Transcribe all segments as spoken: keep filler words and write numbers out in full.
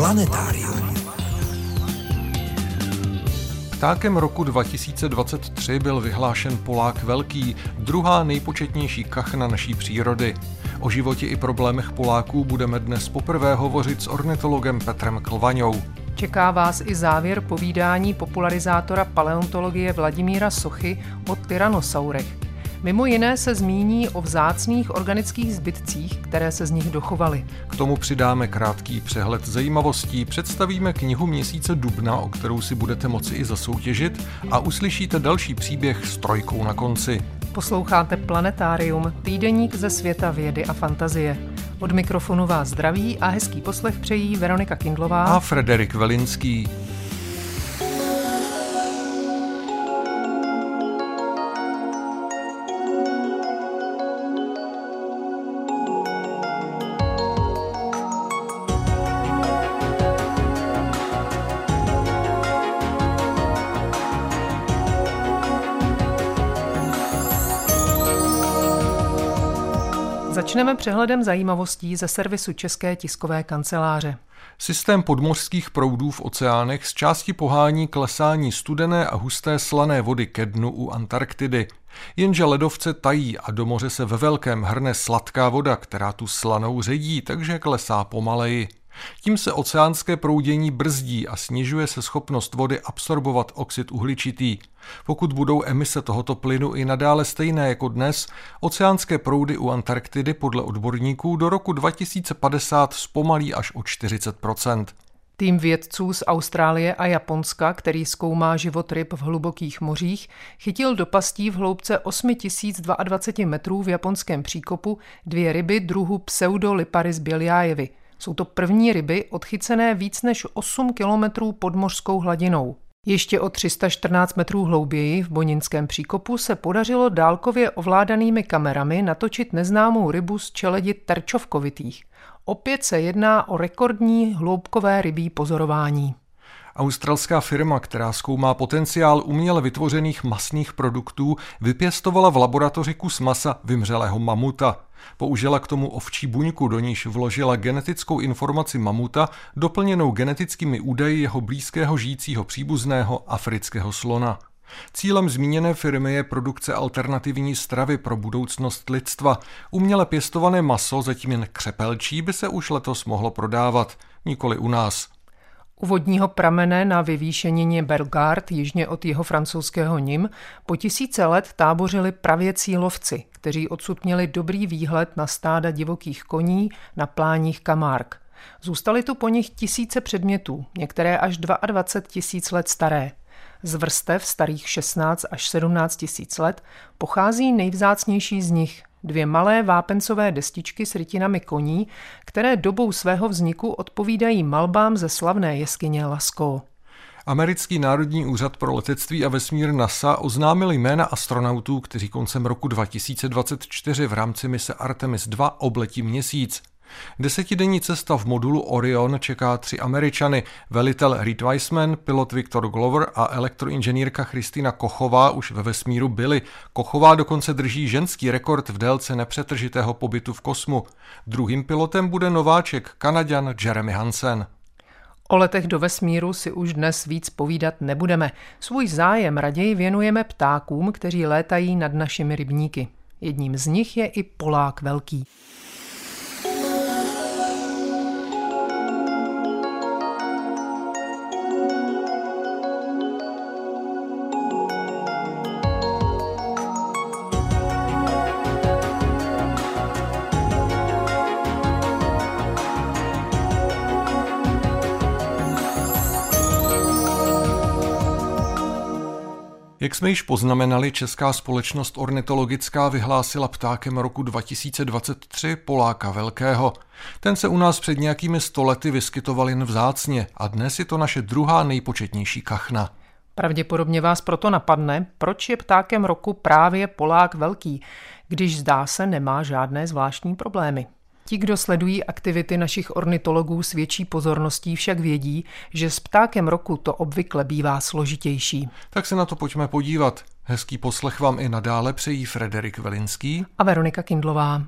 Planetárium. Ptákem roku dva tisíce dvacet tři byl vyhlášen Polák velký, druhá nejpočetnější kachna naší přírody. O životě i problémech Poláků budeme dnes poprvé hovořit s ornitologem Petrem Klvaňou. Čeká vás i závěr povídání popularizátora paleontologie Vladimíra Sochy o tyranosaurech. Mimo jiné se zmíní o vzácných organických zbytcích, které se z nich dochovaly. K tomu přidáme krátký přehled zajímavostí, představíme knihu měsíce dubna, o kterou si budete moci i zasoutěžit, a uslyšíte další příběh s trojkou na konci. Posloucháte Planetárium, týdeník ze světa vědy a fantazie. Od mikrofonu vás zdraví a hezký poslech přejí Veronika Kindlová a Frederik Velinský. Začneme přehledem zajímavostí ze servisu České tiskové kanceláře. Systém podmořských proudů v oceánech z části pohání klesání studené a husté slané vody ke dnu u Antarktidy. Jenže ledovce tají a do moře se ve velkém hrne sladká voda, která tu slanou ředí, takže klesá pomaleji. Tím se oceánské proudění brzdí a snižuje se schopnost vody absorbovat oxid uhličitý. Pokud budou emise tohoto plynu i nadále stejné jako dnes, oceánské proudy u Antarktidy podle odborníků do roku dva tisíce padesát zpomalí až o čtyřicet procent. Tým vědců z Austrálie a Japonska, který zkoumá život ryb v hlubokých mořích, chytil do pastí v hloubce osm tisíc dvacet dva metrů v japonském příkopu dvě ryby druhu Pseudoliparis běliájevy. Jsou to první ryby odchycené víc než osm kilometrů pod mořskou hladinou. Ještě o tři sta čtrnáct metrů hlouběji v Boninském příkopu se podařilo dálkově ovládanými kamerami natočit neznámou rybu z čeledi terčovkovitých. Opět se jedná o rekordní hloubkové rybí pozorování. Australská firma, která zkoumá potenciál uměle vytvořených masných produktů, vypěstovala v laboratoři kus masa vymřelého mamuta. Použila k tomu ovčí buňku, do níž vložila genetickou informaci mamuta, doplněnou genetickými údaji jeho blízkého žijícího příbuzného afrického slona. Cílem zmíněné firmy je produkce alternativní stravy pro budoucnost lidstva. Uměle pěstované maso, zatím jen křepelčí, by se už letos mohlo prodávat, nikoli u nás. U vodního pramene na vyvýšenině Bellegarde, jižně od jeho francouzského Nîmes, po tisíce let tábořili pravěcí lovci, kteří odsud měli dobrý výhled na stáda divokých koní na pláních Camargue. Zůstaly tu po nich tisíce předmětů, některé až dvacet dva tisíc let staré. Z vrstev starých šestnáct až sedmnáct tisíc let pochází nejvzácnější z nich, dvě malé vápencové destičky s rytinami koní, které dobou svého vzniku odpovídají malbám ze slavné jeskyně Lascaux. Americký národní úřad pro letectví a vesmír NASA oznámil jména astronautů, kteří koncem roku dva tisíce dvacet čtyři v rámci mise Artemis dva obletí Měsíc. Desetidenní cesta v modulu Orion čeká tři Američany, velitel Reed Wiseman, pilot Victor Glover a elektroinženýrka Kristýna Kochová už ve vesmíru byli. Kochová dokonce drží ženský rekord v délce nepřetržitého pobytu v kosmu. Druhým pilotem bude nováček, Kanaďan Jeremy Hansen. O letech do vesmíru si už dnes víc povídat nebudeme. Svůj zájem raději věnujeme ptákům, kteří létají nad našimi rybníky. Jedním z nich je i Polák velký. Jak jsme již poznamenali, Česká společnost ornitologická vyhlásila ptákem roku dva tisíce dvacet tři Poláka velkého. Ten se u nás před nějakými stolety vyskytoval jen vzácně a dnes je to naše druhá nejpočetnější kachna. Pravděpodobně vás proto napadne, proč je ptákem roku právě Polák velký, když zdá se nemá žádné zvláštní problémy. Ti, kdo sledují aktivity našich ornitologů s větší pozorností, však vědí, že s ptákem roku to obvykle bývá složitější. Tak se na to pojďme podívat. Hezký poslech vám i nadále přejí Frederik Velinský a Veronika Kindlová.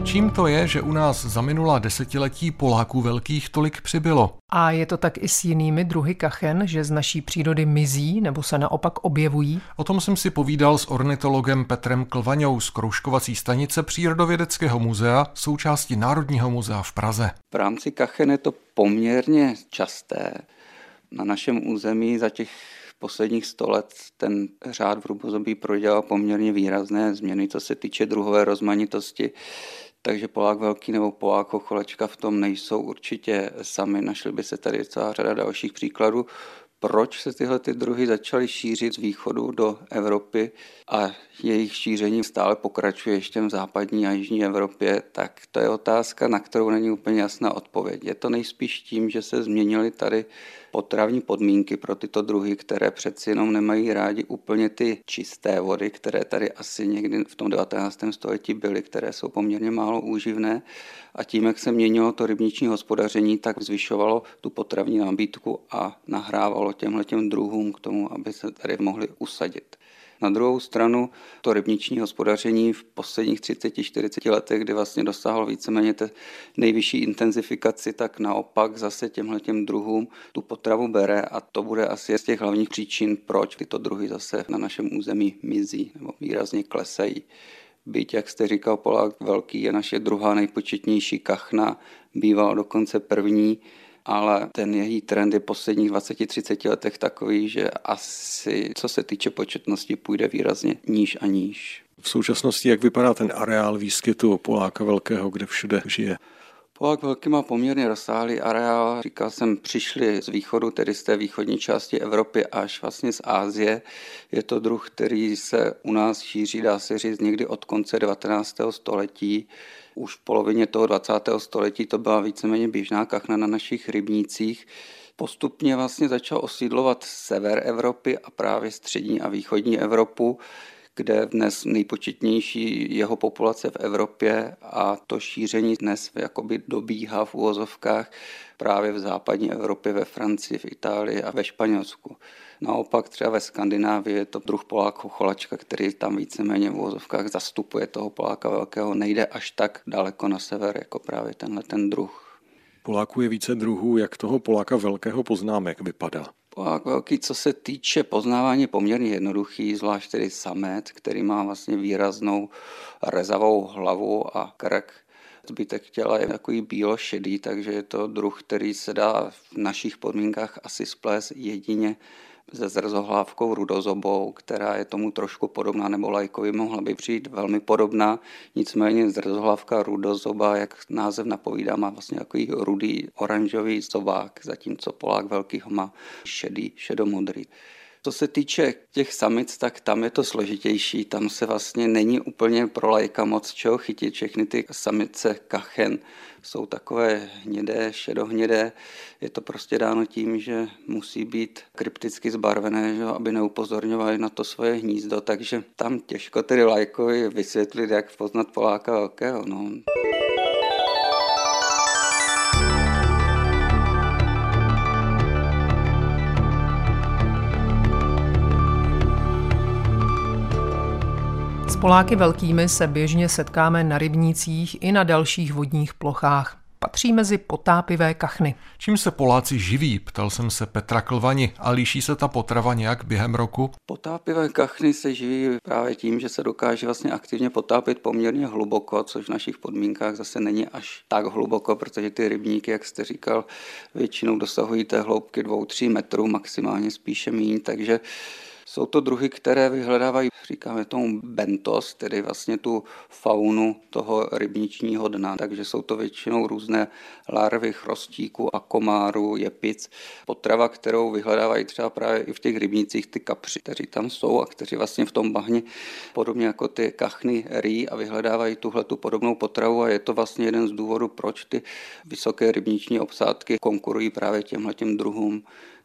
Čím to je, že u nás za minulá desetiletí Poláků velkých tolik přibylo? A je to tak i s jinými druhy kachen, že z naší přírody mizí nebo se naopak objevují? O tom jsem si povídal s ornitologem Petrem Klvaňou z kroužkovací stanice Přírodovědeckého muzea, součástí Národního muzea v Praze. V rámci kachen je to poměrně časté. Na našem území za těch posledních sto let ten řád v hrubozobí prodělal poměrně výrazné změny, co se týče druhové rozmanitosti. Takže Polák velký nebo Polák chocholečka v tom nejsou určitě sami. Našli by se tady celá řada dalších příkladů. Proč se tyhle ty druhy začaly šířit z východu do Evropy a jejich šíření stále pokračuje ještě v západní a jižní Evropě, tak to je otázka, na kterou není úplně jasná odpověď. Je to nejspíš tím, že se změnily tady potravní podmínky pro tyto druhy, které přeci jenom nemají rádi úplně ty čisté vody, které tady asi někdy v tom devatenáctém století byly, které jsou poměrně málo úživné. A tím, jak se měnilo to rybniční hospodaření, tak zvyšovalo tu potravní nabídku a nahrávalo těmhletěm druhům k tomu, aby se tady mohli usadit. Na druhou stranu to rybniční hospodaření v posledních třiceti čtyřiceti letech, kdy vlastně dosáhlo víceméně té nejvyšší intenzifikaci, tak naopak zase těmhletěm druhům tu potravu bere a to bude asi z těch hlavních příčin, proč tyto druhy zase na našem území mizí nebo výrazně klesají. Byť, jak jste říkal, Polák velký je naše druhá nejpočetnější kachna, býval dokonce první, ale ten její trend je posledních dvaceti třiceti letech takový, že asi co se týče početnosti půjde výrazně níž a níž. V současnosti jak vypadá ten areál výskytu Poláka velkého, kde všude žije? Polák velký má poměrně rozsáhlý areál. Říkal jsem, přišli z východu, tedy z té východní části Evropy až vlastně z Asie. Je to druh, který se u nás šíří, dá se říct, někdy od konce devatenáctého století. Už v polovině toho dvacátého století to byla víceméně běžná kachna na našich rybnících. Postupně vlastně začal osídlovat sever Evropy a právě střední a východní Evropu, kde dnes nejpočetnější jeho populace v Evropě a to šíření dnes jakoby dobíhá v uvozovkách právě v západní Evropě, ve Francii, v Itálii a ve Španělsku. Naopak třeba ve Skandinávii je to druh Polák chocholečka, který tam víceméně v uvozovkách zastupuje toho Poláka velkého, nejde až tak daleko na sever jako právě tenhle ten druh. Poláků je více druhů, jak toho Poláka velkého poznáme, jak vypadá? Polák velký, co se týče poznávání, je poměrně jednoduchý, zvlášť tedy samec, který má vlastně výraznou rezavou hlavu a krk. Zbytek těla je takový bílo-šedý, takže je to druh, který se dá v našich podmínkách asi splést jedině se zrzohlávkou rudozobou, která je tomu trošku podobná, nebo laikovi mohla by přijít velmi podobná. Nicméně zrzohlávka rudozoba, jak název napovídá, má vlastně takový rudý oranžový zobák, zatímco Polák velký ho má šedý, šedomodrý. Co se týče těch samic, tak tam je to složitější, tam se vlastně není úplně pro laika moc čeho chytit. Všechny ty samice kachen jsou takové hnědé, šedohnědé. Je to prostě dáno tím, že musí být krypticky zbarvené, že, aby neupozorňovali na to svoje hnízdo, takže tam těžko tedy laikovi vysvětlit, jak poznat Poláka velkého. No. S Poláky velkými se běžně setkáme na rybnících i na dalších vodních plochách. Patří mezi potápivé kachny. Čím se Poláci živí, ptal jsem se Petra Klvani, a liší se ta potrava nějak během roku? Potápivé kachny se živí právě tím, že se dokáže vlastně aktivně potápit poměrně hluboko, což v našich podmínkách zase není až tak hluboko, protože ty rybníky, jak jste říkal, většinou dosahují té hloubky dvou až tří metrů, maximálně spíše míň, takže jsou to druhy, které vyhledávají, říkáme tomu bentos, tedy vlastně tu faunu toho rybničního dna, takže jsou to většinou různé larvy chrostíků a komárů, jepic. Potrava, kterou vyhledávají třeba právě i v těch rybnících ty kapři, kteří tam jsou a kteří vlastně v tom bahně podobně jako ty kachny rýjí a vyhledávají tuhletu podobnou potravu a je to vlastně jeden z důvodů, proč ty vysoké rybniční obsádky konkurují právě těmhletěm druhům.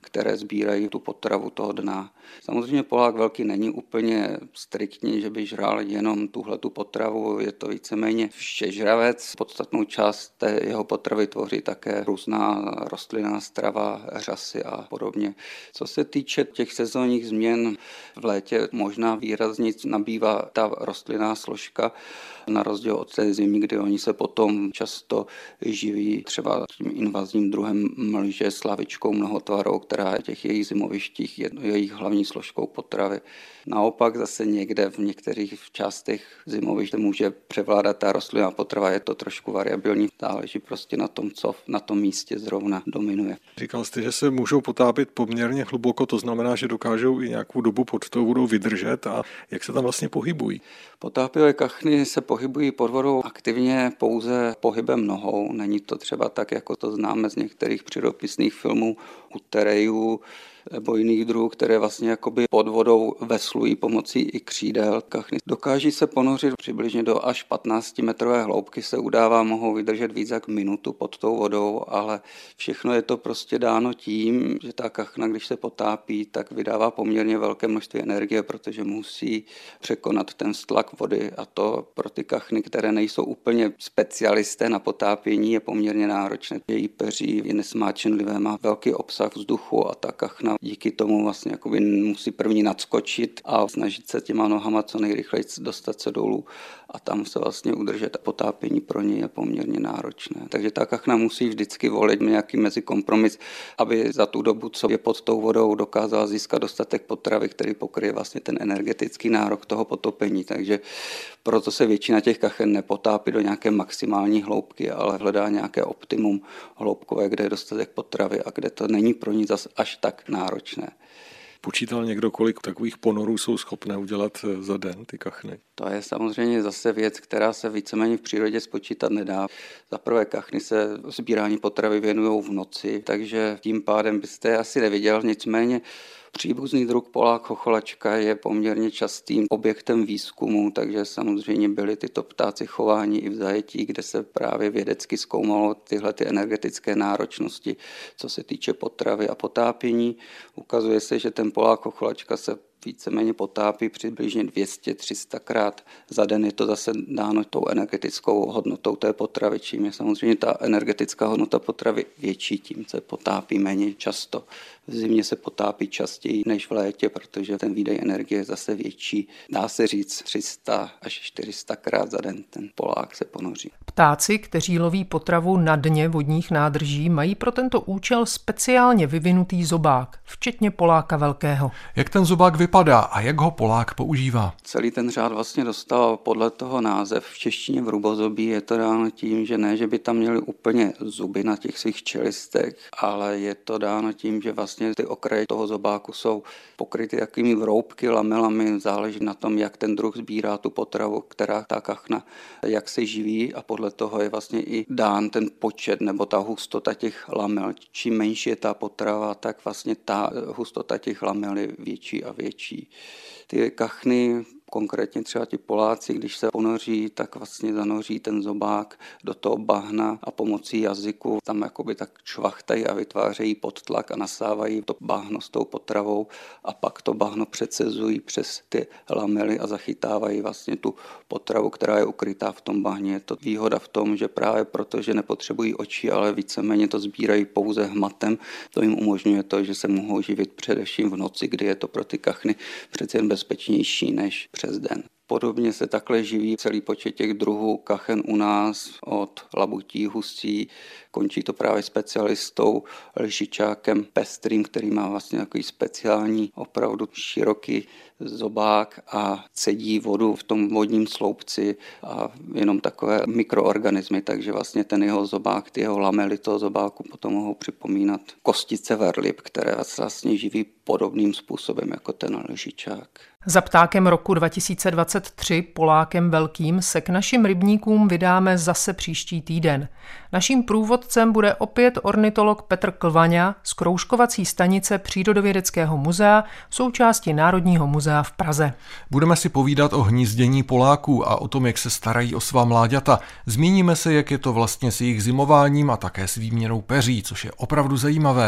které sbírají tu potravu toho dna. Samozřejmě Polák velký není úplně striktní, že by žral jenom tuhletu potravu, je to víceméně všežravec. Podstatnou část té jeho potravy tvoří také různá rostlinná strava, řasy a podobně. Co se týče těch sezónních změn, v létě možná výrazně nabývá ta rostlinná složka, na rozdíl od té zimy, kdy oni se potom často živí třeba tím invazním druhem mlže, slavičkou mnohotvarou, která v těch jejich zimovištích je jejich hlavní složkou potravy. Naopak zase někde v některých částech zimoviště může převládat ta rostlinná potrava, je to trošku variabilní, záleží prostě na tom, co na tom místě zrovna dominuje. Říkal jste, že se můžou potápět poměrně hluboko, to znamená, že dokážou i nějakou dobu pod tou vodou vydržet, a jak se tam vlastně pohybují? Potápěvé kachny se pohybují pod vodou aktivně pouze pohybem nohou. Není to třeba tak, jako to známe z některých přírodopisných filmů u terejů nebo jiných druhů, které vlastně jakoby pod vodou veslují pomocí i křídel. Kachny dokáží se ponořit přibližně do až patnáctimetrové hloubky, se udává, mohou vydržet víc jak minutu pod tou vodou, ale všechno je to prostě dáno tím, že ta kachna, když se potápí, tak vydává poměrně velké množství energie, protože musí překonat ten stlak vody, a to pro ty kachny, které nejsou úplně specialisté na potápění, je poměrně náročné. Její peří je nesmáčenlivé, má velký obsah vzduchu a ta kachna díky tomu vlastně jakoby musí první nadskočit a snažit se těma nohama co nejrychleji dostat se dolů a tam se vlastně udržet. Potápění pro ně je poměrně náročné. Takže ta kachna musí vždycky volit nějaký mezikompromis, aby za tu dobu, co je pod tou vodou, dokázala získat dostatek potravy, který pokryje vlastně ten energetický nárok toho potopení. Takže proto se většina těch kachen nepotápí do nějaké maximální hloubky, ale hledá nějaké optimum hloubkové, kde je dostatek potravy a kde to není pro ní zas až tak náročné. Počítal někdo, kolik takových ponorů jsou schopné udělat za den ty kachny? To je samozřejmě zase věc, která se víceméně v přírodě spočítat nedá. Za prvé kachny se sbírání potravy věnují v noci, takže tím pádem byste je asi neviděl, nicméně příbuzný druh polák chocholačka je poměrně častým objektem výzkumu, takže samozřejmě byly tyto ptáci chování i v zajetí, kde se právě vědecky zkoumalo tyhle ty energetické náročnosti, co se týče potravy a potápění. Ukazuje se, že ten polák chocholačka se víceméně potápí přibližně dvě stě až tři sta krát za den. Je to zase dáno tou energetickou hodnotou té potravy. Čím je samozřejmě ta energetická hodnota potravy větší, tím se potápí méně často. V zimě se potápí častěji než v létě, protože ten výdej energie je zase větší. Dá se říct tři sta až čtyři sta krát za den ten polák se ponoří. Ptáci, kteří loví potravu na dně vodních nádrží, mají pro tento účel speciálně vyvinutý zobák, včetně poláka velkého. Jak ten zobák vypadá a jak ho Polák používá? Celý ten řád vlastně dostal podle toho název v češtině vrubozobí. Je to dáno tím, že ne, že by tam měli úplně zuby na těch svých čelistech, ale je to dáno tím, že vlastně ty okraje toho zobáku jsou pokryty jakými vroubky, lamelami, záleží na tom, jak ten druh sbírá tu potravu, která ta kachna, jak se živí, a podle toho je vlastně i dán ten počet nebo ta hustota těch lamel. Čím menší je ta potrava, tak vlastně ta hustota těch lamel je větší a větší. Ty kachny, konkrétně třeba ti Poláci, když se ponoří, tak vlastně zanoří ten zobák do toho bahna a pomocí jazyku tam jakoby tak čvachtají a vytvářejí podtlak a nasávají to bahno s tou potravou a pak to bahno přecezují přes ty lamely a zachytávají vlastně tu potravu, která je ukrytá v tom bahně. Je to výhoda v tom, že právě proto, že nepotřebují oči, ale víceméně to sbírají pouze hmatem, to jim umožňuje to, že se mohou živit především v noci, kdy je to pro ty kachny přece jen bezpečnější než přes den. Podobně se takhle živí celý počet těch druhů kachen u nás, od labutí, husí, končí to právě specialistou lžičákem pestrým, který má vlastně takový speciální, opravdu široký zobák a cedí vodu v tom vodním sloupci a jenom takové mikroorganismy, takže vlastně ten jeho zobák, ty jeho lamely toho zobáku potom mohou připomínat kostice velryb, které vlastně živí podobným způsobem jako ten lžičák. Za ptákem roku dva tisíce dvacet tři, Polákem velkým, se k našim rybníkům vydáme zase příští týden. Naším průvodcem bude opět ornitolog Petr Klvaňa z kroužkovací stanice Přírodovědeckého muzea v součásti Národního muzea v Praze. Budeme si povídat o hnízdění Poláků a o tom, jak se starají o svá mláďata. Zmíníme se, jak je to vlastně s jejich zimováním a také s výměnou peří, což je opravdu zajímavé.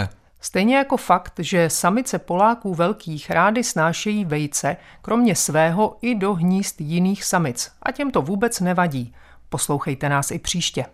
Stejně jako fakt, že samice Poláků velkých rády snášejí vejce, kromě svého i do hnízd jiných samic. A těm to vůbec nevadí. Poslouchejte nás i příště.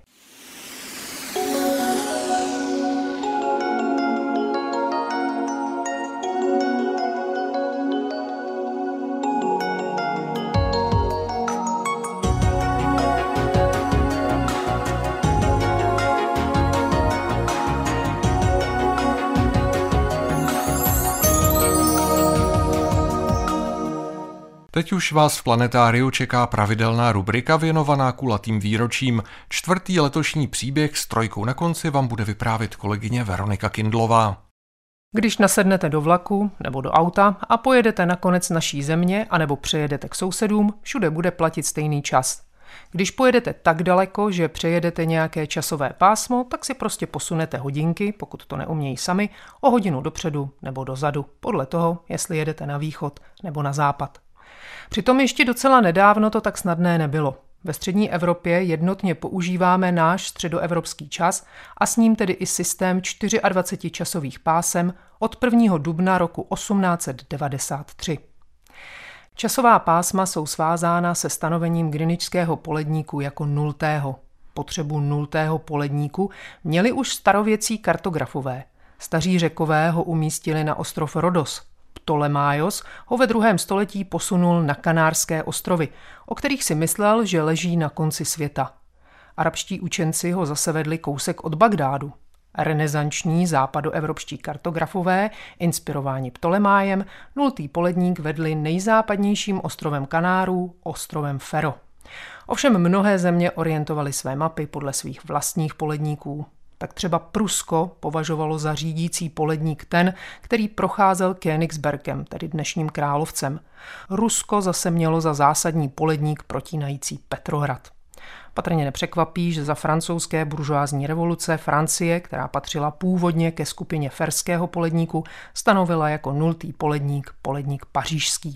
Teď už vás v Planetáriu čeká pravidelná rubrika věnovaná kulatým výročím. Čtvrtý letošní příběh s trojkou na konci vám bude vyprávět kolegyně Veronika Kindlová. Když nasednete do vlaku nebo do auta a pojedete na konec naší země anebo přejedete k sousedům, všude bude platit stejný čas. Když pojedete tak daleko, že přejedete nějaké časové pásmo, tak si prostě posunete hodinky, pokud to neumějí sami, o hodinu dopředu nebo dozadu, podle toho, jestli jedete na východ nebo na západ. Přitom ještě docela nedávno to tak snadné nebylo. Ve střední Evropě jednotně používáme náš středoevropský čas a s ním tedy i systém dvacet čtyři časových pásem od prvního dubna roku osmnáct set devadesát tři. Časová pásma jsou svázána se stanovením greenwichského poledníku jako nultého. Potřebu nultého poledníku měli už starověcí kartografové. Staří Řekové ho umístili na ostrov Rodos. Ptolemaios ho ve druhém století posunul na Kanárské ostrovy, o kterých si myslel, že leží na konci světa. Arabští učenci ho zase vedli kousek od Bagdádu. Renesanční západoevropští kartografové, inspirováni Ptolemájem, nultý poledník vedli nejzápadnějším ostrovem Kanárů, ostrovem Fero. Ovšem mnohé země orientovaly své mapy podle svých vlastních poledníků. Tak třeba Prusko považovalo za řídící poledník ten, který procházel Königsbergem, tedy dnešním Královcem. Rusko zase mělo za zásadní poledník protínající Petrohrad. Patrně nepřekvapí, že za francouzské buržoázní revoluce Francie, která patřila původně ke skupině ferského poledníku, stanovila jako nultý poledník poledník pařížský.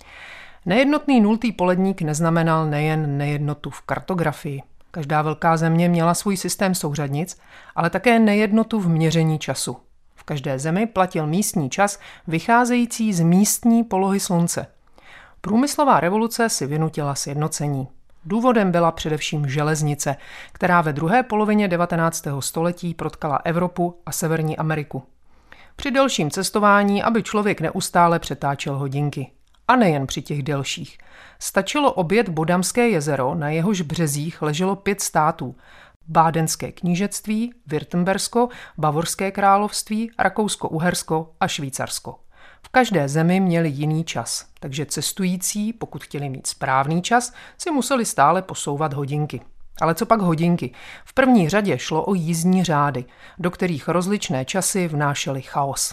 Nejednotný nultý poledník neznamenal nejen nejednotu v kartografii. Každá velká země měla svůj systém souřadnic, ale také nejednotu v měření času. V každé zemi platil místní čas vycházející z místní polohy slunce. Průmyslová revoluce si vynutila sjednocení. Důvodem byla především železnice, která ve druhé polovině devatenáctého století protkala Evropu a Severní Ameriku. Při delším cestování, aby člověk neustále přetáčel hodinky. A nejen při těch delších. Stačilo objet Bodamské jezero, na jehož březích leželo pět států. Bádenské knížectví, Württembersko, Bavorské království, Rakousko-Uhersko a Švýcarsko. V každé zemi měli jiný čas, takže cestující, pokud chtěli mít správný čas, si museli stále posouvat hodinky. Ale co pak hodinky? V první řadě šlo o jízdní řády, do kterých rozličné časy vnášely chaos.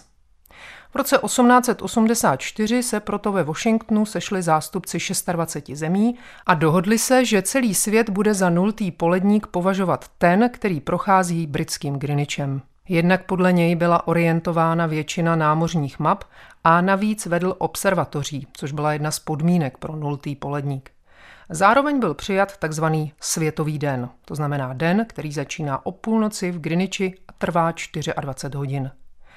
V roce osmnáct set osmdesát čtyři se proto ve Washingtonu sešli zástupci dvacet šest zemí a dohodli se, že celý svět bude za nultý poledník považovat ten, který prochází britským Greenwichem. Jednak podle něj byla orientována většina námořních map a navíc vedl observatoří, což byla jedna z podmínek pro nultý poledník. Zároveň byl přijat takzvaný světový den, to znamená den, který začíná o půlnoci v Greenwichi a trvá dvacet čtyři hodin.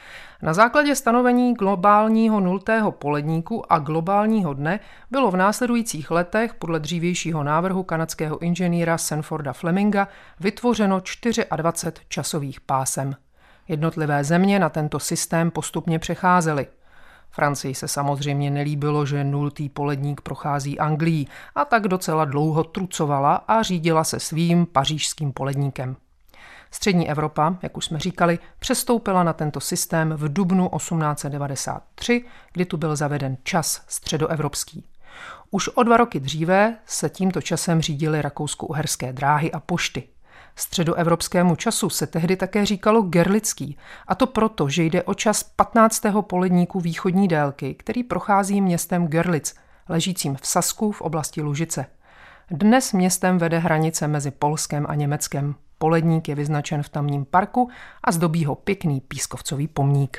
Na základě stanovení globálního nultého poledníku a globálního dne bylo v následujících letech podle dřívějšího návrhu kanadského inženýra Sanforda Fleminga vytvořeno dvacet čtyři časových pásem. Jednotlivé země na tento systém postupně přecházely. Francii se samozřejmě nelíbilo, že nultý poledník prochází Anglií a tak docela dlouho trucovala a řídila se svým pařížským poledníkem. Střední Evropa, jak už jsme říkali, přestoupila na tento systém v dubnu osmnáct set devadesát tři, kdy tu byl zaveden čas středoevropský. Už o dva roky dříve se tímto časem řídily rakousko-uherské dráhy a pošty. Středoevropskému času se tehdy také říkalo gerlický, a to proto, že jde o čas patnáctého poledníku východní délky, který prochází městem Görlitz, ležícím v Sasku v oblasti Lužice. Dnes městem vede hranice mezi Polskem a Německem. Poledník je vyznačen v tamním parku a zdobí ho pěkný pískovcový pomník.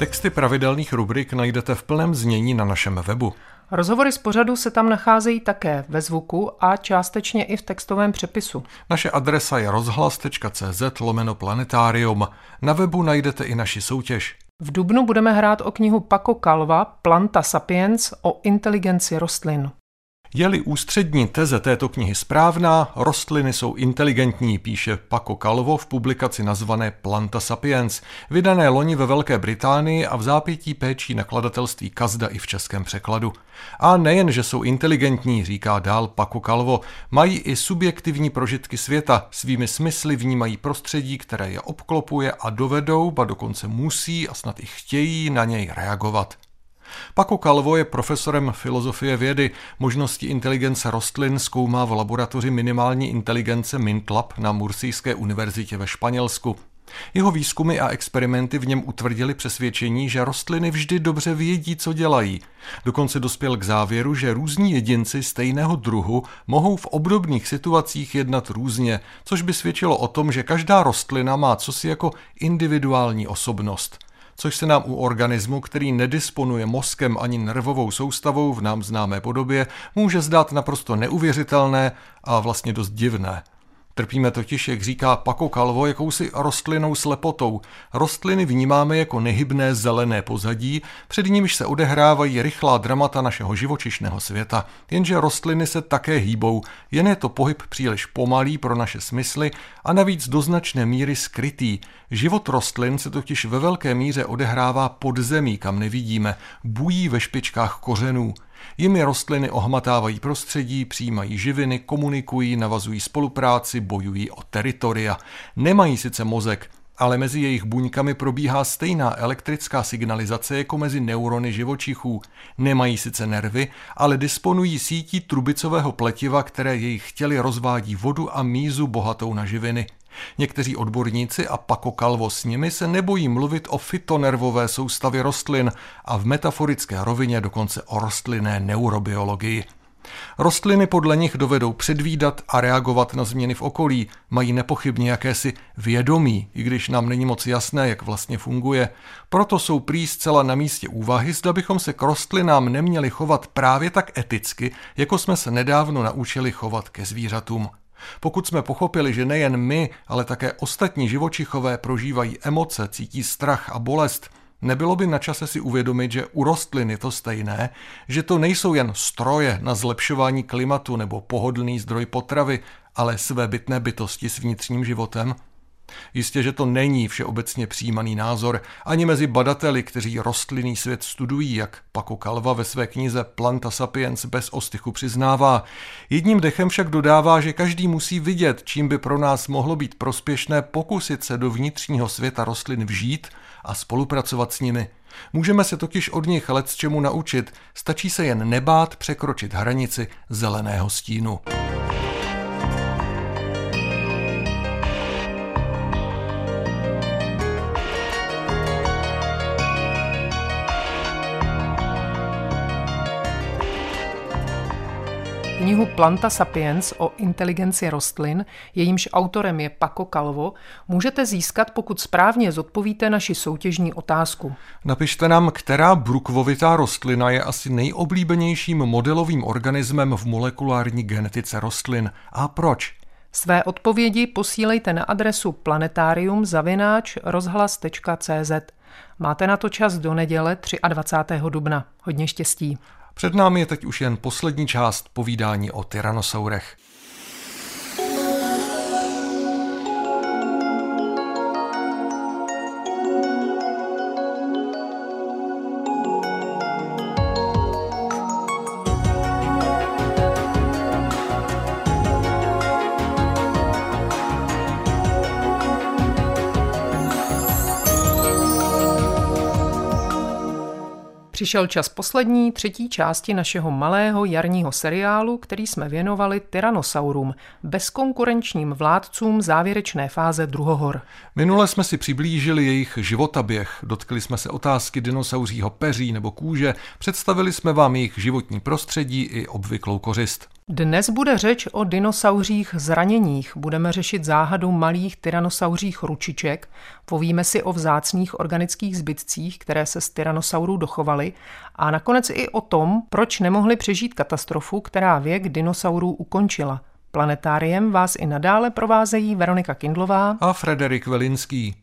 Texty pravidelných rubrik najdete v plném znění na našem webu. Rozhovory z pořadu se tam nacházejí také ve zvuku a částečně i v textovém přepisu. Naše adresa je rozhlas.cz lomeno planetarium. Na webu najdete i naši soutěž. V dubnu budeme hrát o knihu Paco Calva Planta Sapiens o inteligenci rostlin. Je-li ústřední teze této knihy správná, rostliny jsou inteligentní, píše Paco Calvo v publikaci nazvané Planta Sapiens, vydané loni ve Velké Británii a v zápětí péčí nakladatelství Kazda i v českém překladu. A nejen, že jsou inteligentní, říká dál Paco Calvo, mají i subjektivní prožitky světa, svými smysly vnímají prostředí, které je obklopuje a dovedou, ba dokonce musí a snad i chtějí na něj reagovat. Paco Calvo je profesorem filozofie vědy, možnosti inteligence rostlin zkoumá v laboratoři minimální inteligence MINTLAB na Mursijské univerzitě ve Španělsku. Jeho výzkumy a experimenty v něm utvrdili přesvědčení, že rostliny vždy dobře vědí, co dělají. Dokonce dospěl k závěru, že různí jedinci stejného druhu mohou v obdobných situacích jednat různě, což by svědčilo o tom, že každá rostlina má cosi jako individuální osobnost. Což se nám u organismu, který nedisponuje mozkem ani nervovou soustavou v nám známé podobě, může zdát naprosto neuvěřitelné a vlastně dost divné. Trpíme totiž, jak říká Paco Calvo, jakousi rostlinnou slepotou. Rostliny vnímáme jako nehybné zelené pozadí, před nímž se odehrávají rychlá dramata našeho živočišného světa. Jenže rostliny se také hýbou, jen je to pohyb příliš pomalý pro naše smysly a navíc do značné míry skrytý. Život rostlin se totiž ve velké míře odehrává pod zemí, kam nevidíme, bují ve špičkách kořenů. Jimi rostliny ohmatávají prostředí, přijímají živiny, komunikují, navazují spolupráci, bojují o teritoria. Nemají sice mozek, ale mezi jejich buňkami probíhá stejná elektrická signalizace jako mezi neurony živočichů. Nemají sice nervy, ale disponují sítí trubicového pletiva, které jejich těly rozvádí vodu a mízu bohatou na živiny. Někteří odborníci a Paco Calvo s nimi se nebojí mluvit o fytonervové soustavě rostlin a v metaforické rovině dokonce o rostlinné neurobiologii. Rostliny podle nich dovedou předvídat a reagovat na změny v okolí, mají nepochybně jakési vědomí, i když nám není moc jasné, jak vlastně funguje. Proto jsou prý zcela na místě úvahy, zda bychom se k rostlinám neměli chovat právě tak eticky, jako jsme se nedávno naučili chovat ke zvířatům. Pokud jsme pochopili, že nejen my, ale také ostatní živočichové prožívají emoce, cítí strach a bolest, nebylo by na čase si uvědomit, že u rostlin je to stejné, že to nejsou jen stroje na zlepšování klimatu nebo pohodlný zdroj potravy, ale svébytné bytosti s vnitřním životem? Jistě, že to není všeobecně přijímaný názor ani mezi badateli, kteří rostlinný svět studují, jak Paco Calvo ve své knize Planta Sapiens bez ostychu přiznává. Jedním dechem však dodává, že každý musí vidět, čím by pro nás mohlo být prospěšné pokusit se do vnitřního světa rostlin vžít a spolupracovat s nimi. Můžeme se totiž od nich lecčemu naučit, stačí se jen nebát překročit hranici zeleného stínu. Knihu Planta Sapiens o inteligenci rostlin, jejímž autorem je Paco Calvo, můžete získat, pokud správně zodpovíte naši soutěžní otázku. Napište nám, která brukvovitá rostlina je asi nejoblíbenějším modelovým organismem v molekulární genetice rostlin a proč. Své odpovědi posílejte na adresu planetarium zavináč rozhlas tečka cé zet. Máte na to čas do neděle dvacátého třetího dubna. Hodně štěstí. Před námi je teď už jen poslední část povídání o tyranosaurech. Přišel čas poslední, třetí části našeho malého jarního seriálu, který jsme věnovali tyranosaurům, bezkonkurenčním vládcům závěrečné fáze druhohor. Minule jsme si přiblížili jejich životaběh, dotkli jsme se otázky dinosauřího peří nebo kůže, představili jsme vám jejich životní prostředí i obvyklou kořist. Dnes bude řeč o dinosauřích zraněních. Budeme řešit záhadu malých tyrannosauřích ručiček, povíme si o vzácných organických zbytcích, které se z tyrannosaurů dochovaly a nakonec i o tom, proč nemohli přežít katastrofu, která věk dinosaurů ukončila. Planetáriem vás i nadále provázejí Veronika Kindlová a Frederik Velinský.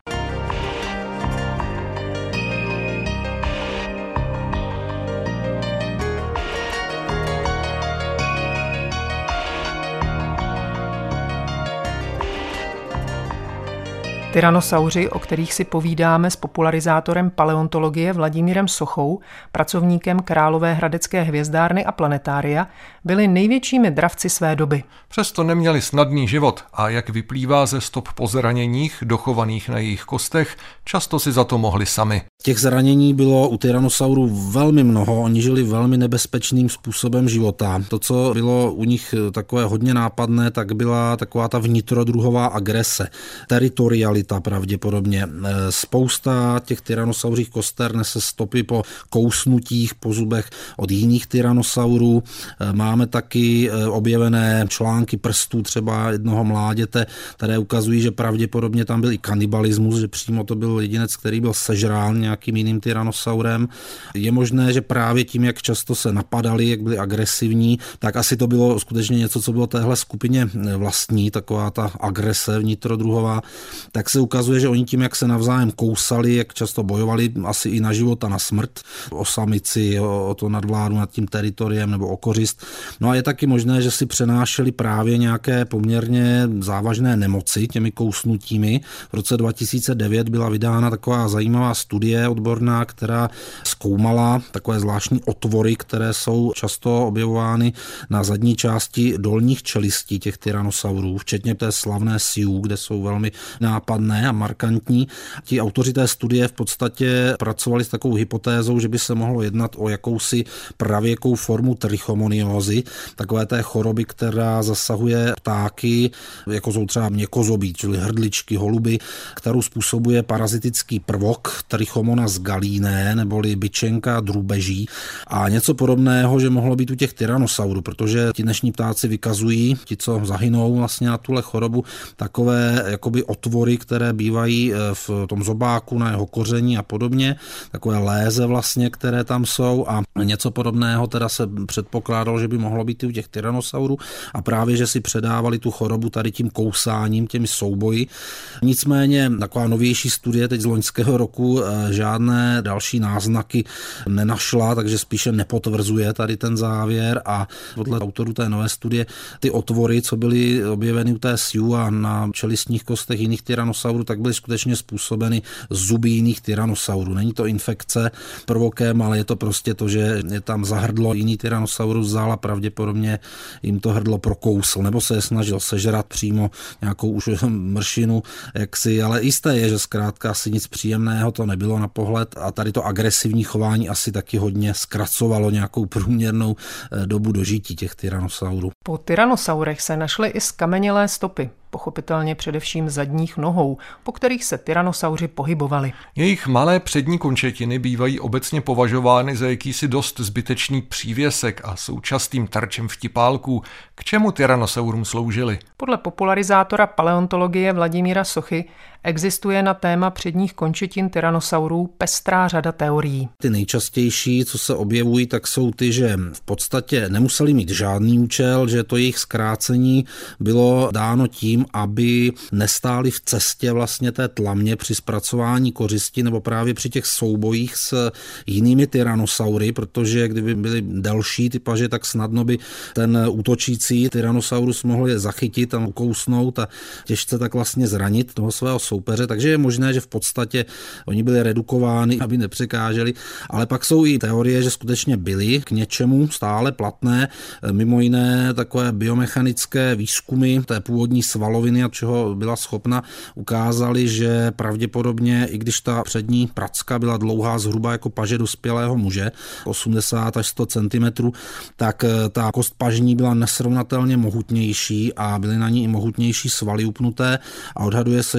Tyrannosauři, o kterých si povídáme s popularizátorem paleontologie Vladimírem Sochou, pracovníkem Královéhradecké hvězdárny a planetária, byli největšími dravci své doby. Přesto neměli snadný život a jak vyplývá ze stop po zraněních, dochovaných na jejich kostech, často si za to mohli sami. Těch zranění bylo u tyrannosaurů velmi mnoho, oni žili velmi nebezpečným způsobem života. To, co bylo u nich takové hodně nápadné, tak byla taková ta vnitrodruhová agrese, teritorialita pravděpodobně. Spousta těch tyrannosauřích koster nese stopy po kousnutích po zubech od jiných tyrannosaurů. Máme taky objevené články prstů třeba jednoho mláděte, které ukazují, že pravděpodobně tam byl i kanibalismus, že přímo to byl jedinec, který byl sežrán nějakým jiným tyrannosaurem. Je možné, že právě tím, jak často se napadali, jak byli agresivní, tak asi to bylo skutečně něco, co bylo téhle skupině vlastní, taková ta agrese vnitrodruhová, tak se ukazuje, že oni tím, jak se navzájem kousali, jak často bojovali asi i na život a na smrt, o samici, o to nadvládu nad tím teritoriem nebo o kořist. No a je taky možné, že si přenášeli právě nějaké poměrně závažné nemoci těmi kousnutími. V roce dva tisíce devět byla vydána taková zajímavá studie odborná, která zkoumala takové zvláštní otvory, které jsou často objevovány na zadní části dolních čelistí těch tyrannosaurů, včetně té slavné Sioux, kde jsou velmi nápadné a markantní. Ti autoři té studie v podstatě pracovali s takovou hypotézou, že by se mohlo jednat o jakousi pravěkou formu trichomoniózy, takové té choroby, která zasahuje ptáky, jako jsou třeba měkozobí, čili hrdličky, holuby, kterou způsobuje parazitický prvok Trichomonas gallinae, neboli byčenka drůbeží. A něco podobného, že mohlo být u těch tyrannosaurů, protože ti dnešní ptáci vykazují, ti, co zahynou vlastně na tuhle chorobu, takové jakoby otvory, které bývají v tom zobáku na jeho koření a podobně, takové léze vlastně, které tam jsou a něco podobného teda se předpokládalo, že by mohlo být i u těch tyrannosaurů a právě, že si předávali tu chorobu tady tím kousáním, těmi souboji. Nicméně taková novější studie teď z loňského roku žádné další náznaky nenašla, takže spíše nepotvrzuje tady ten závěr a podle autorů té nové studie ty otvory, co byly objeveny u té Sioux a na čelistních kostech jiných tyrannosaurů, tak byly skutečně způsobeny zuby jiných tyrannosaurů. Není to infekce prvokem, ale je to prostě to, že je tam zahrdlo jiný tyrannosaurus vzal a pravděpodobně jim to hrdlo prokousl, nebo se je snažil sežrat přímo nějakou už mršinu, jaksi, ale jisté je, že zkrátka asi nic příjemného to nebylo na pohled a tady to agresivní chování asi taky hodně zkracovalo nějakou průměrnou dobu dožití těch tyrannosaurů. Po tyrannosaurech se našly i skamenělé stopy, pochopitelně především zadních nohou, po kterých se tyrannosauři pohybovali. Jejich malé přední končetiny bývají obecně považovány za jakýsi dost zbytečný přívěsek a součastým terčem vtipálků, k čemu tyrannosaurům sloužili. Podle popularizátora paleontologie Vladimíra Sochy existuje na téma předních končetin tyrannosaurů pestrá řada teorií. Ty nejčastější, co se objevují, tak jsou ty, že v podstatě nemuseli mít žádný účel, že to jejich zkrácení bylo dáno tím, aby nestáli v cestě vlastně té tlamě při zpracování kořisti nebo právě při těch soubojích s jinými tyrannosaury, protože kdyby byly delší ty paže, tak snadno by ten útočící tyrannosaurus mohl je zachytit a ukousnout a těžce tak vlastně zranit toho svého soupeře, takže je možné, že v podstatě oni byli redukovány, aby nepřekáželi, ale pak jsou i teorie, že skutečně byly k něčemu stále platné, mimo jiné takové biomechanické výzkumy té původní svaloviny, a čeho byla schopna, ukázali, že pravděpodobně, i když ta přední pracka byla dlouhá zhruba jako paže dospělého muže, osmdesát až sto centimetrů, tak ta kost pažní byla nesrovnatelně mohutnější a byly na ní i mohutnější svaly upnuté a odhaduje se, že tyrannosaurus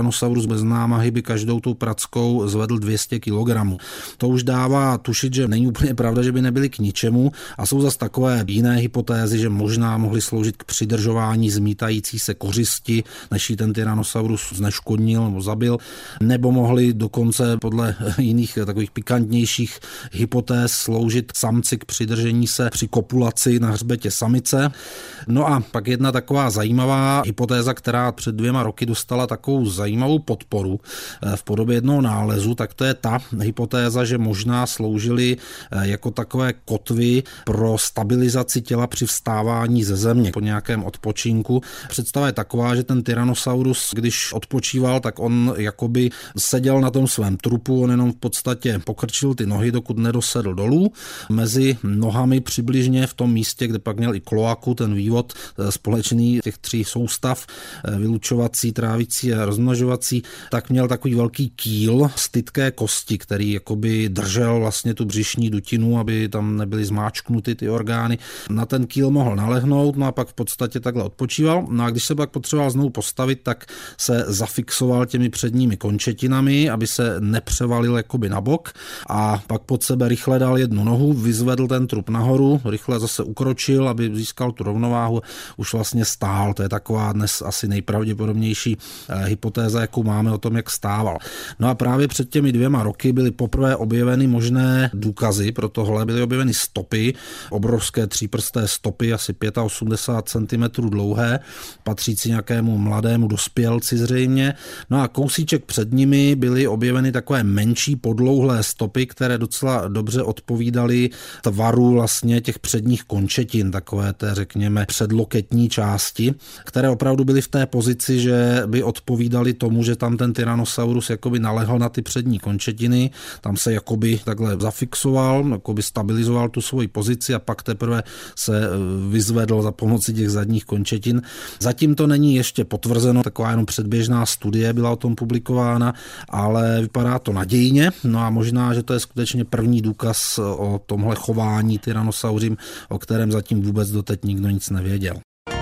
Tyrannosaurus bez námahy by každou tou prackou zvedl dvě stě kilogramů. To už dává tušit, že není úplně pravda, že by nebyly k ničemu a jsou zase takové jiné hypotézy, že možná mohly sloužit k přidržování zmítající se kořisti, než ji ten Tyrannosaurus zneškodnil nebo zabil, nebo mohly dokonce podle jiných takových pikantnějších hypotéz sloužit samci k přidržení se při kopulaci na hřbetě samice. No a pak jedna taková zajímavá hypotéza, která před dvěma roky dostala takovou zajímavou podporu v podobě jednoho nálezu, tak to je ta hypotéza, že možná sloužily jako takové kotvy pro stabilizaci těla při vstávání ze země po nějakém odpočinku. Představa je taková, že ten Tyrannosaurus, když odpočíval, tak on jakoby seděl na tom svém trupu, on jenom v podstatě pokrčil ty nohy, dokud nedosedl dolů. Mezi nohami přibližně v tom místě, kde pak měl i kloaku, ten vývod společný těch tří soustav, vylučovací, trávicí a rozmnožovací, tak měl takový velký kýl z tytké kosti, který jakoby držel vlastně tu břišní dutinu, aby tam nebyly zmáčknuty ty orgány. Na ten kýl mohl nalehnout, no a pak v podstatě takhle odpočíval. No a když se pak potřeboval znovu postavit, tak se zafixoval těmi předními končetinami, aby se nepřevalil jakoby na bok a pak pod sebe rychle dal jednu nohu, vyzvedl ten trup nahoru, rychle zase ukročil, aby získal tu rovnováhu, už vlastně stál. To je taková dnes asi nejpravděpodobnější hypotéza, jakou máme o tom, jak stával. No a právě před těmi dvěma roky byly poprvé objeveny možné důkazy pro tohle, byly objeveny stopy, obrovské tříprsté stopy, asi osmdesát pět centimetrů dlouhé, patřící nějakému mladému dospělci zřejmě. No a kousíček před nimi byly objeveny takové menší podlouhlé stopy, které docela dobře odpovídaly tvaru vlastně těch předních končetin, takové té, řekněme, předloketní části, které opravdu byly v té pozici, že by odpovídaly tomu, že tam ten Tyrannosaurus jakoby nalehl na ty přední končetiny, tam se jakoby takhle zafixoval, jakoby stabilizoval tu svoji pozici a pak teprve se vyzvedl za pomoci těch zadních končetin. Zatím to není ještě potvrzeno, taková jenom předběžná studie byla o tom publikována, ale vypadá to nadějně, no a možná, že to je skutečně první důkaz o tomhle chování tyrannosauřím, o kterém zatím vůbec doteď nikdo nic nevěděl.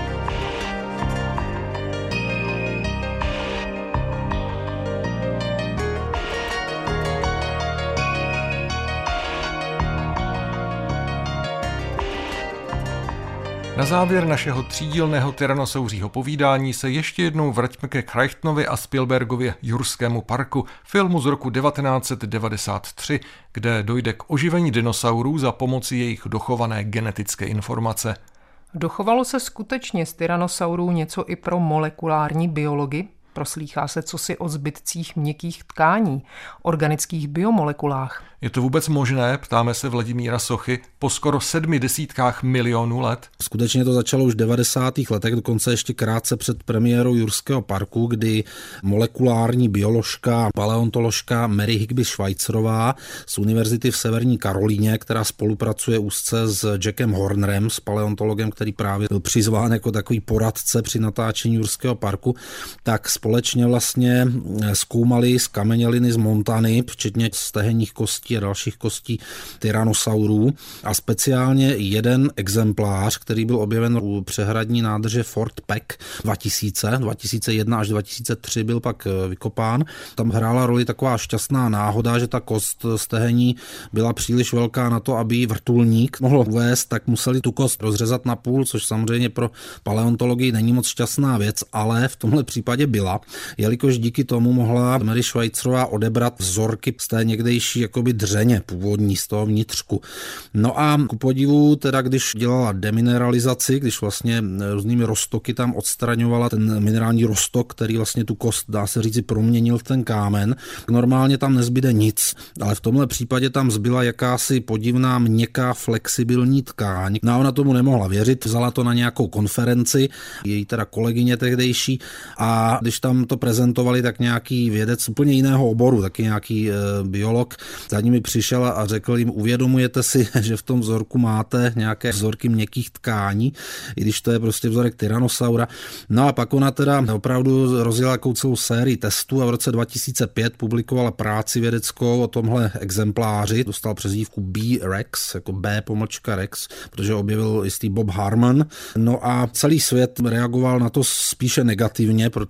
Na závěr našeho třídílného tyrannosauřího povídání se ještě jednou vraťme ke Crichtonovi a Spielbergově Jurskému parku, filmu z roku devatenáct set devadesát tři, kde dojde k oživení dinosaurů za pomoci jejich dochované genetické informace. Dochovalo se skutečně z tyrannosaurů něco i pro molekulární biology? Proslýchá se cosi o zbytcích měkkých tkání, organických biomolekulách. Je to vůbec možné, ptáme se Vladimíra Sochy, po skoro sedmi desítkách milionů let? Skutečně to začalo už v devadesátých letech, dokonce ještě krátce před premiérou Jurského parku, kdy molekulární bioložka, paleontoložka Mary Higby Schweitzerová z univerzity v Severní Karolíně, která spolupracuje úzce s Jackem Hornerem, s paleontologem, který právě byl přizván jako takový poradce při natáčení Jurského parku, tak společně vlastně zkoumali zkameněliny z Montany, včetně stehenních kostí a dalších kostí tyrannosaurů a speciálně jeden exemplář, který byl objeven u přehradní nádrže Fort Peck dva tisíce, dva tisíce jedna až dva tisíce tři byl pak vykopán. Tam hrála roli taková šťastná náhoda, že ta kost stehení byla příliš velká na to, aby ji vrtulník mohl uvést, tak museli tu kost rozřezat na půl, což samozřejmě pro paleontologii není moc šťastná věc, ale v tomhle případě byla, jelikož díky tomu mohla Mary Schweitzerová odebrat vzorky z té někdejší jakoby dřeně původní, z toho vnitřku. No a ku podivu, teda když dělala demineralizaci, když vlastně různými roztoky tam odstraňovala ten minerální roztok, který vlastně tu kost, dá se říct, proměnil v ten kámen, normálně tam nezbyde nic, ale v tomhle případě tam zbyla jakási podivná měkká flexibilní tkáň. No a ona tomu nemohla věřit, vzala to na nějakou konferenci, její teda kolegyně tehdejší, a když tam to prezentovali, tak nějaký vědec úplně jiného oboru, taky nějaký e, biolog, za nimi přišel a řekl jim, uvědomujete si, že v tom vzorku máte nějaké vzorky měkkých tkání, i když to je prostě vzorek tyrannosaura. No a pak ona teda opravdu rozjela jakou celou sérii testů a v roce dva tisíce pět publikovala práci vědeckou o tomhle exempláři, dostal přezdívku B-Rex, jako B pomlčka Rex, protože objevil jistý Bob Harmon. No a celý svět reagoval na to spíše negativně, protože samozřejmě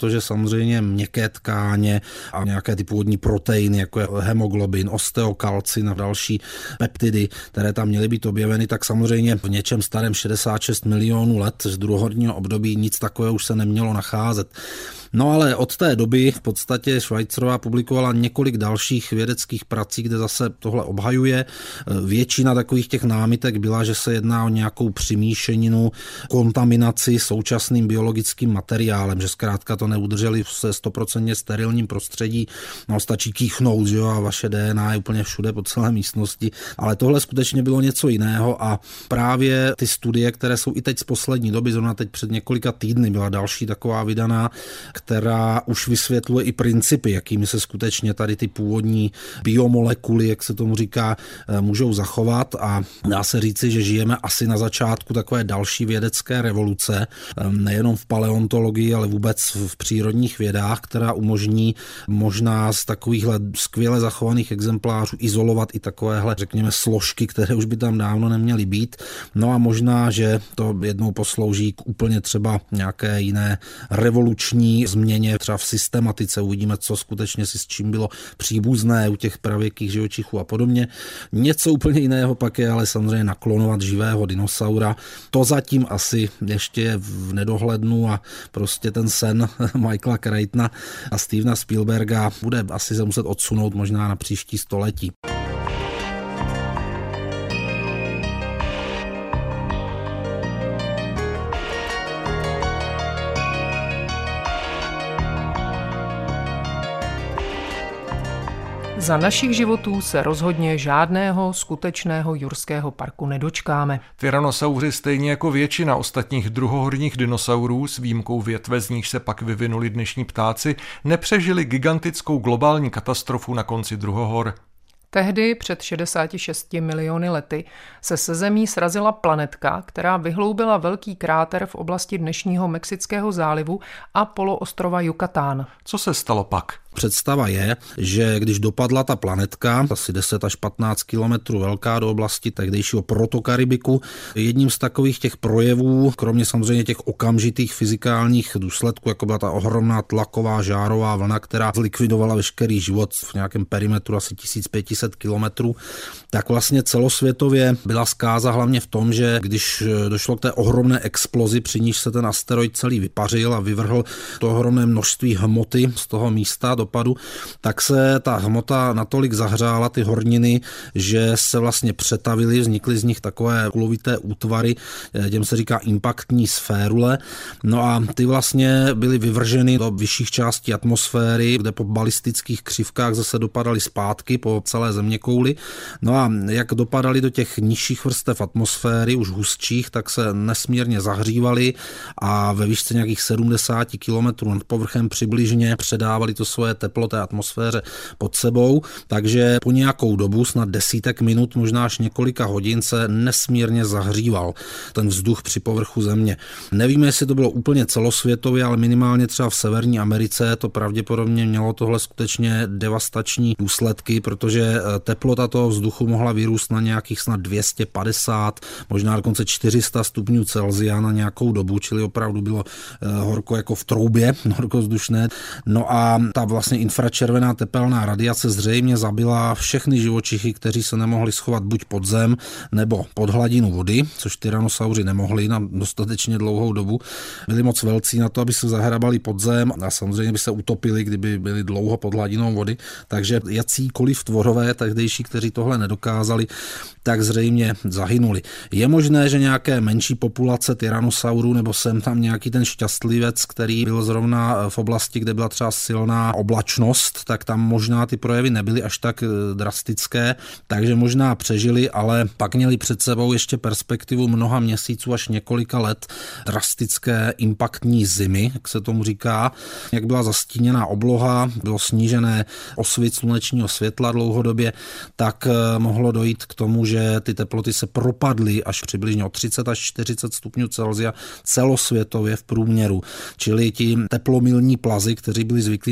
samozřejmě měkké tkáně a nějaké ty původní proteiny, jako je hemoglobin, osteokalcin a další peptidy, které tam měly být objeveny, tak samozřejmě v něčem starém šedesát šest milionů let z druhohorního období nic takového už se nemělo nacházet. No ale od té doby v podstatě Schweitzerová publikovala několik dalších vědeckých prací, kde zase tohle obhajuje. Většina takových těch námitek byla, že se jedná o nějakou přimíšeninu, kontaminaci současným biologickým materiálem, že zkrátka to neudrželi se stoprocentně sterilním prostředí. No stačí kýchnout, že jo, a vaše D N A je úplně všude po celé místnosti. Ale tohle skutečně bylo něco jiného a právě ty studie, které jsou i teď z poslední doby, zrovna teď před několika týdny byla další taková vydaná, která už vysvětluje i principy, jakými se skutečně tady ty původní biomolekuly, jak se tomu říká, můžou zachovat a dá se říci, že žijeme asi na začátku takové další vědecké revoluce, nejenom v paleontologii, ale vůbec v přírodních vědách, která umožní možná z takovýchhle skvěle zachovaných exemplářů izolovat i takovéhle, řekněme, složky, které už by tam dávno neměly být. No a možná, že to jednou poslouží k úplně třeba nějaké jiné revoluční změně třeba v systematice. Uvidíme, co skutečně si s čím bylo příbuzné u těch pravěkých živočichů a podobně. Něco úplně jiného pak je ale samozřejmě naklonovat živého dinosaura. To zatím asi ještě je v nedohlednu a prostě ten sen Michaela Crichtona a Stevena Spielberga bude asi se muset odsunout možná na příští století. Za našich životů se rozhodně žádného skutečného jurského parku nedočkáme. Tyrannosauři stejně jako většina ostatních druhohorních dinosaurů, s výjimkou větve, z níž se pak vyvinuli dnešní ptáci, nepřežili gigantickou globální katastrofu na konci druhohor. Tehdy před šedesáti šesti miliony lety se se Zemí srazila planetka, která vyhloubila velký kráter v oblasti dnešního Mexického zálivu a poloostrova Yucatán. Co se stalo pak? Představa je, že když dopadla ta planetka, asi deset až patnáct kilometrů velká do oblasti tehdejšího protokaribiku, jedním z takových těch projevů, kromě samozřejmě těch okamžitých fyzikálních důsledků, jako byla ta ohromná tlaková žárová vlna, která zlikvidovala veškerý život v nějakém perimetru asi tisíc pět set kilometrů, tak vlastně celosvětově byla zkáza hlavně v tom, že když došlo k té ohromné explozi, při níž se ten asteroid celý vypařil a vyvrhl to ohromné množství hmoty z toho místa dopadu, tak se ta hmota natolik zahřála, ty horniny, že se vlastně přetavily, vznikly z nich takové kulovité útvary, těm se říká impaktní sférule. No a ty vlastně byly vyvrženy do vyšších částí atmosféry, kde po balistických křivkách zase dopadaly zpátky po celé zeměkouli. No a jak dopadaly do těch nižších vrstev atmosféry, už hustších, tak se nesmírně zahřívaly a ve výšce nějakých sedmdesát kilometrů nad povrchem přibližně předávali to svoje teplo té atmosféře pod sebou, takže po nějakou dobu, snad desítek minut, možná až několika hodin, se nesmírně zahříval ten vzduch při povrchu Země. Nevíme, jestli to bylo úplně celosvětově, ale minimálně třeba v Severní Americe to pravděpodobně mělo tohle skutečně devastační důsledky, protože teplota toho vzduchu mohla vyrůst na nějakých snad dvě stě padesát, možná dokonce čtyři sta stupňů Celsia na nějakou dobu, čili opravdu bylo horko jako v troubě, horko vzdušné. No a ta vlastně infračervená tepelná radiace zřejmě zabila všechny živočichy, kteří se nemohli schovat buď pod zem nebo pod hladinu vody, což tyrannosauři nemohli na dostatečně dlouhou dobu. Byli moc velcí na to, aby se zahrabali pod zem a samozřejmě by se utopili, kdyby byli dlouho pod hladinou vody, takže jacíkoliv tvorové tehdejší, kteří tohle nedokázali, tak zřejmě zahynuli. Je možné, že nějaké menší populace tyrannosaurů nebo sem tam nějaký ten šťastlivec, který byl zrovna v oblasti, kde byla třeba silná oblačnost, tak tam možná ty projevy nebyly až tak drastické, takže možná přežili, ale pak měli před sebou ještě perspektivu mnoha měsíců až několika let drastické impaktní zimy, jak se tomu říká, jak byla zastíněná obloha, bylo snížené osvit slunečního světla dlouhodobě, tak mohlo dojít k tomu, že ty teploty se propadly až přibližně o třicet až čtyřicet stupňů Celsia celosvětově v průměru. Čili ti teplomilní plazy, kteří byli zvyklí na tropické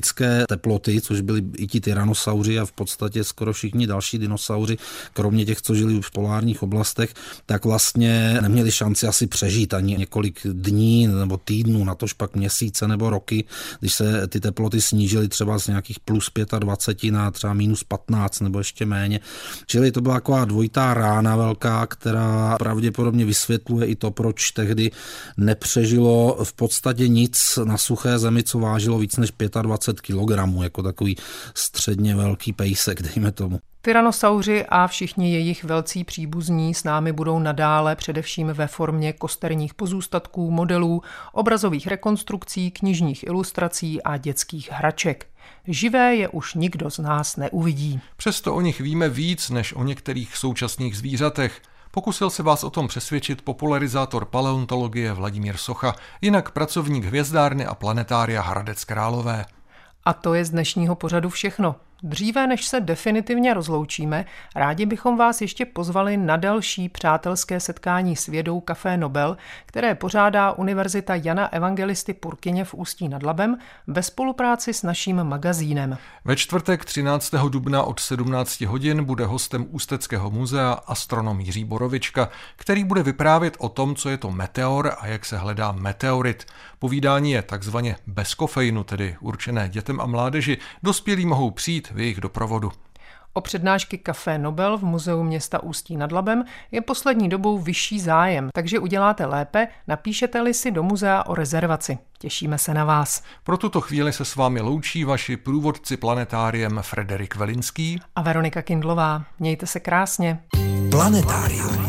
arktické teploty, což byli i ti tyrannosauři a v podstatě skoro všichni další dinosauři, kromě těch, co žili v polárních oblastech, tak vlastně neměli šanci asi přežít ani několik dní nebo týdnů, natož pak měsíce nebo roky, když se ty teploty snížily třeba z nějakých plus dvacet pět na třeba minus patnáct nebo ještě méně. Čili to byla taková dvojitá rána velká, která pravděpodobně vysvětluje i to, proč tehdy nepřežilo v podstatě nic na suché zemi, co vážilo víc než dvacet pět kilogramů, jako takový středně velký pejsek, dejme tomu. Tyrannosauři a všichni jejich velcí příbuzní s námi budou nadále především ve formě kosterních pozůstatků, modelů, obrazových rekonstrukcí, knižních ilustrací a dětských hraček. Živé je už nikdo z nás neuvidí. Přesto o nich víme víc než o některých současných zvířatech. Pokusil se vás o tom přesvědčit popularizátor paleontologie Vladimír Socha, jinak pracovník hvězdárny a planetária Hradec Králové. A to je z dnešního pořadu všechno. Dříve než se definitivně rozloučíme, rádi bychom vás ještě pozvali na další přátelské setkání s vědou Café Nobel, které pořádá Univerzita Jana Evangelisty Purkyně v Ústí nad Labem ve spolupráci s naším magazínem. Ve čtvrtek třináctého dubna od sedmnáct hodin bude hostem Ústeckého muzea astronom Jiří Borovička, který bude vyprávět o tom, co je to meteor a jak se hledá meteorit. Povídání je takzvaně bez kofeinu, tedy určené dětem a mládeži, dospělí mohou přijít v jejich doprovodu. O přednášky Café Nobel v Muzeu města Ústí nad Labem je poslední dobou vyšší zájem, takže uděláte lépe, napíšete-li si do muzea o rezervaci. Těšíme se na vás. Pro tuto chvíli se s vámi loučí vaši průvodci planetáriem Frederik Velinský a Veronika Kindlová. Mějte se krásně. Planetárium.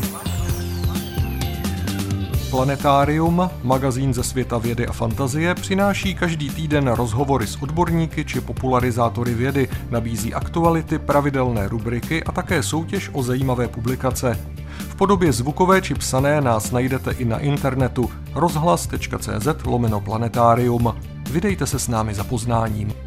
Planetárium, magazín ze světa vědy a fantazie, přináší každý týden rozhovory s odborníky či popularizátory vědy, nabízí aktuality, pravidelné rubriky a také soutěž o zajímavé publikace. V podobě zvukové či psané nás najdete i na internetu rozhlas tečka cé zet lomeno planetárium. Vydejte se s námi za poznáním.